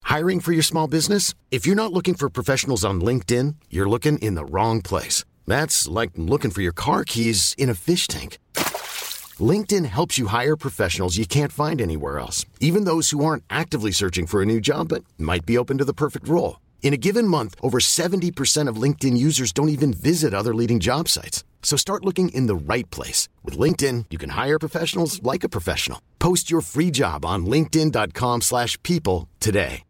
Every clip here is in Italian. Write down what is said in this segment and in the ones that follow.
Hiring for your small business? If you're not looking for professionals on LinkedIn, you're looking in the wrong place. That's like looking for your car keys in a fish tank. LinkedIn helps you hire professionals you can't find anywhere else, even those who aren't actively searching for a new job but might be open to the perfect role. In a given month, over 70% of LinkedIn users don't even visit other leading job sites. So start looking in the right place. With LinkedIn, you can hire professionals like a professional. Post your free job on linkedin.com/people today.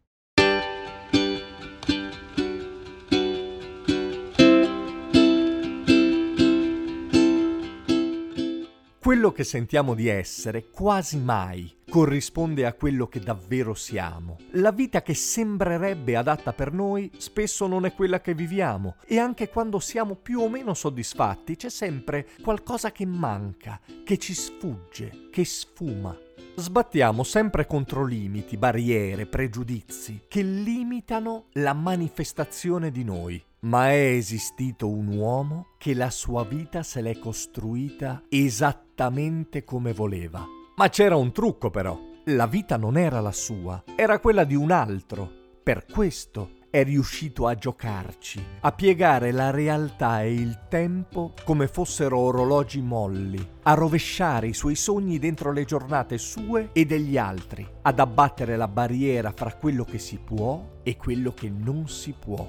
Quello che sentiamo di essere quasi mai corrisponde a quello che davvero siamo. La vita che sembrerebbe adatta per noi spesso non è quella che viviamo, e anche quando siamo più o meno soddisfatti c'è sempre qualcosa che manca, che ci sfugge, che sfuma. Sbattiamo sempre contro limiti, barriere, pregiudizi che limitano la manifestazione di noi. Ma è esistito un uomo che la sua vita se l'è costruita esattamente come voleva. Ma c'era un trucco però. La vita non era la sua, era quella di un altro. Per questo è riuscito a giocarci, a piegare la realtà e il tempo come fossero orologi molli, a rovesciare i suoi sogni dentro le giornate sue e degli altri, ad abbattere la barriera fra quello che si può e quello che non si può.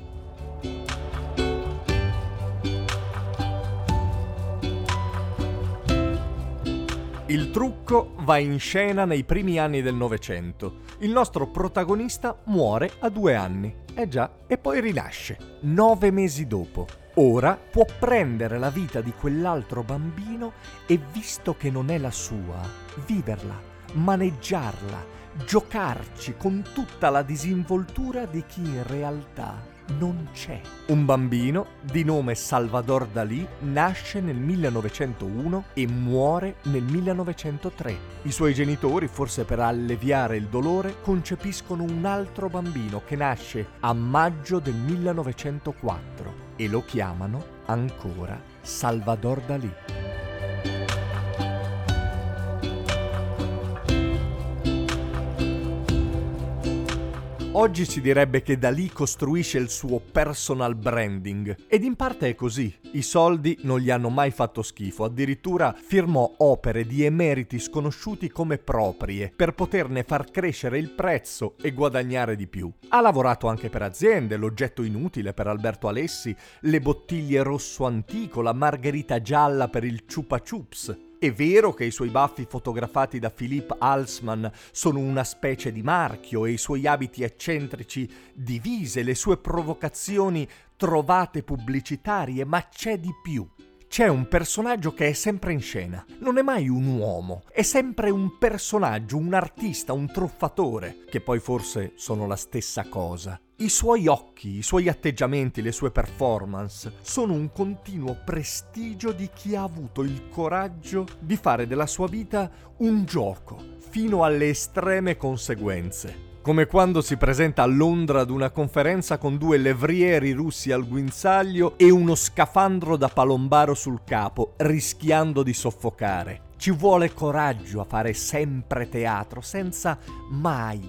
Il trucco va in scena nei primi anni del Novecento. Il nostro protagonista muore a 2 anni. Già, e poi rinasce 9 mesi dopo. Ora può prendere la vita di quell'altro bambino e, visto che non è la sua, viverla, maneggiarla, giocarci con tutta la disinvoltura di chi in realtà non c'è. Un bambino di nome Salvador Dalí nasce nel 1901 e muore nel 1903. I suoi genitori, forse per alleviare il dolore, concepiscono un altro bambino che nasce a maggio del 1904 e lo chiamano ancora Salvador Dalí. Oggi si direbbe che Dalì costruisce il suo personal branding, ed in parte è così. I soldi non gli hanno mai fatto schifo, addirittura firmò opere di emeriti sconosciuti come proprie per poterne far crescere il prezzo e guadagnare di più. Ha lavorato anche per aziende, l'oggetto inutile per Alberto Alessi, le bottiglie rosso antico, la margherita gialla per il Chupa Chups. È vero che i suoi baffi fotografati da Philippe Halsman sono una specie di marchio e i suoi abiti eccentrici divise, le sue provocazioni trovate pubblicitarie, ma c'è di più. C'è un personaggio che è sempre in scena, non è mai un uomo, è sempre un personaggio, un artista, un truffatore, che poi forse sono la stessa cosa. I suoi occhi, i suoi atteggiamenti, le sue performance sono un continuo prestigio di chi ha avuto il coraggio di fare della sua vita un gioco, fino alle estreme conseguenze. Come quando si presenta a Londra ad una conferenza con 2 levrieri russi al guinzaglio e uno scafandro da palombaro sul capo, rischiando di soffocare. Ci vuole coraggio a fare sempre teatro, senza mai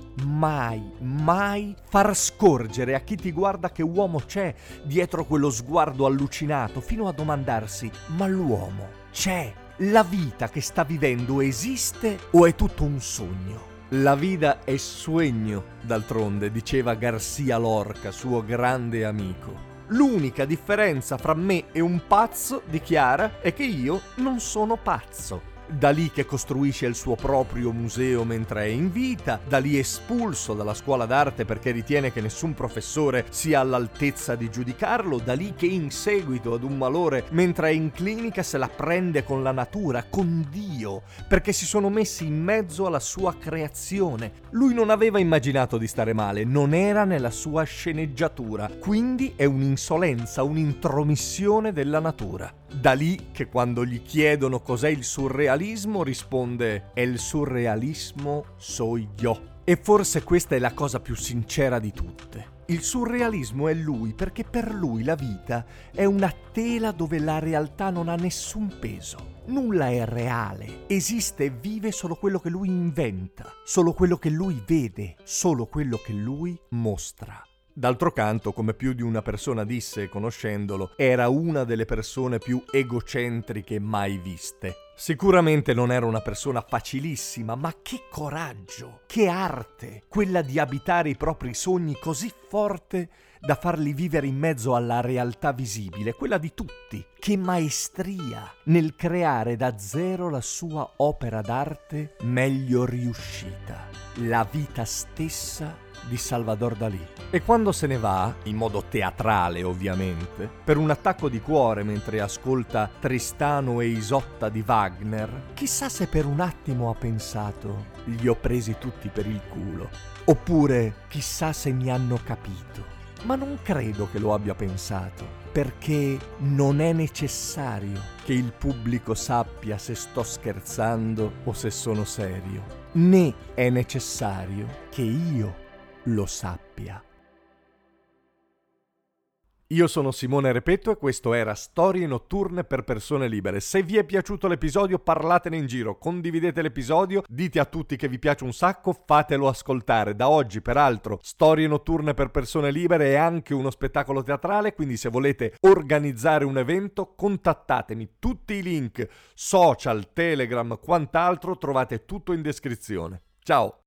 far scorgere a chi ti guarda che uomo c'è dietro quello sguardo allucinato, fino a domandarsi: ma l'uomo c'è? La vita che sta vivendo esiste o è tutto un sogno? La vita è sueño, d'altronde, diceva García Lorca, suo grande amico. L'unica differenza fra me e un pazzo, dichiara, è che io non sono pazzo. Dalì che costruisce il suo proprio museo mentre è in vita, Dalì espulso dalla scuola d'arte perché ritiene che nessun professore sia all'altezza di giudicarlo, Dalì che in seguito ad un malore mentre è in clinica se la prende con la natura, con Dio, perché si sono messi in mezzo alla sua creazione. Lui non aveva immaginato di stare male, non era nella sua sceneggiatura, quindi è un'insolenza, un'intromissione della natura. Dalì che quando gli chiedono cos'è il surrealismo risponde: el surrealismo soy yo. E forse questa è la cosa più sincera di tutte. Il surrealismo è lui perché per lui la vita è una tela dove la realtà non ha nessun peso. Nulla è reale, esiste e vive solo quello che lui inventa, solo quello che lui vede, solo quello che lui mostra. D'altro canto, come più di una persona disse conoscendolo, era una delle persone più egocentriche mai viste. Sicuramente non era una persona facilissima, ma che coraggio, che arte, quella di abitare i propri sogni così forte da farli vivere in mezzo alla realtà visibile, quella di tutti. Che maestria nel creare da zero la sua opera d'arte meglio riuscita, la vita stessa di Salvador Dalì. E quando se ne va, in modo teatrale ovviamente, per un attacco di cuore mentre ascolta Tristano e Isotta di Wagner, chissà se per un attimo ha pensato li ho presi tutti per il culo, oppure chissà se mi hanno capito. Ma non credo che lo abbia pensato, perché non è necessario che il pubblico sappia se sto scherzando o se sono serio, né è necessario che io lo sappia. Io sono Simone Repetto e questo era Storie notturne per persone libere. Se vi è piaciuto l'episodio, parlatene in giro, condividete l'episodio, dite a tutti che vi piace un sacco, fatelo ascoltare. Da oggi, peraltro, Storie notturne per persone libere è anche uno spettacolo teatrale, quindi se volete organizzare un evento, contattatemi. Tutti i link, social, Telegram, quant'altro, trovate tutto in descrizione. Ciao!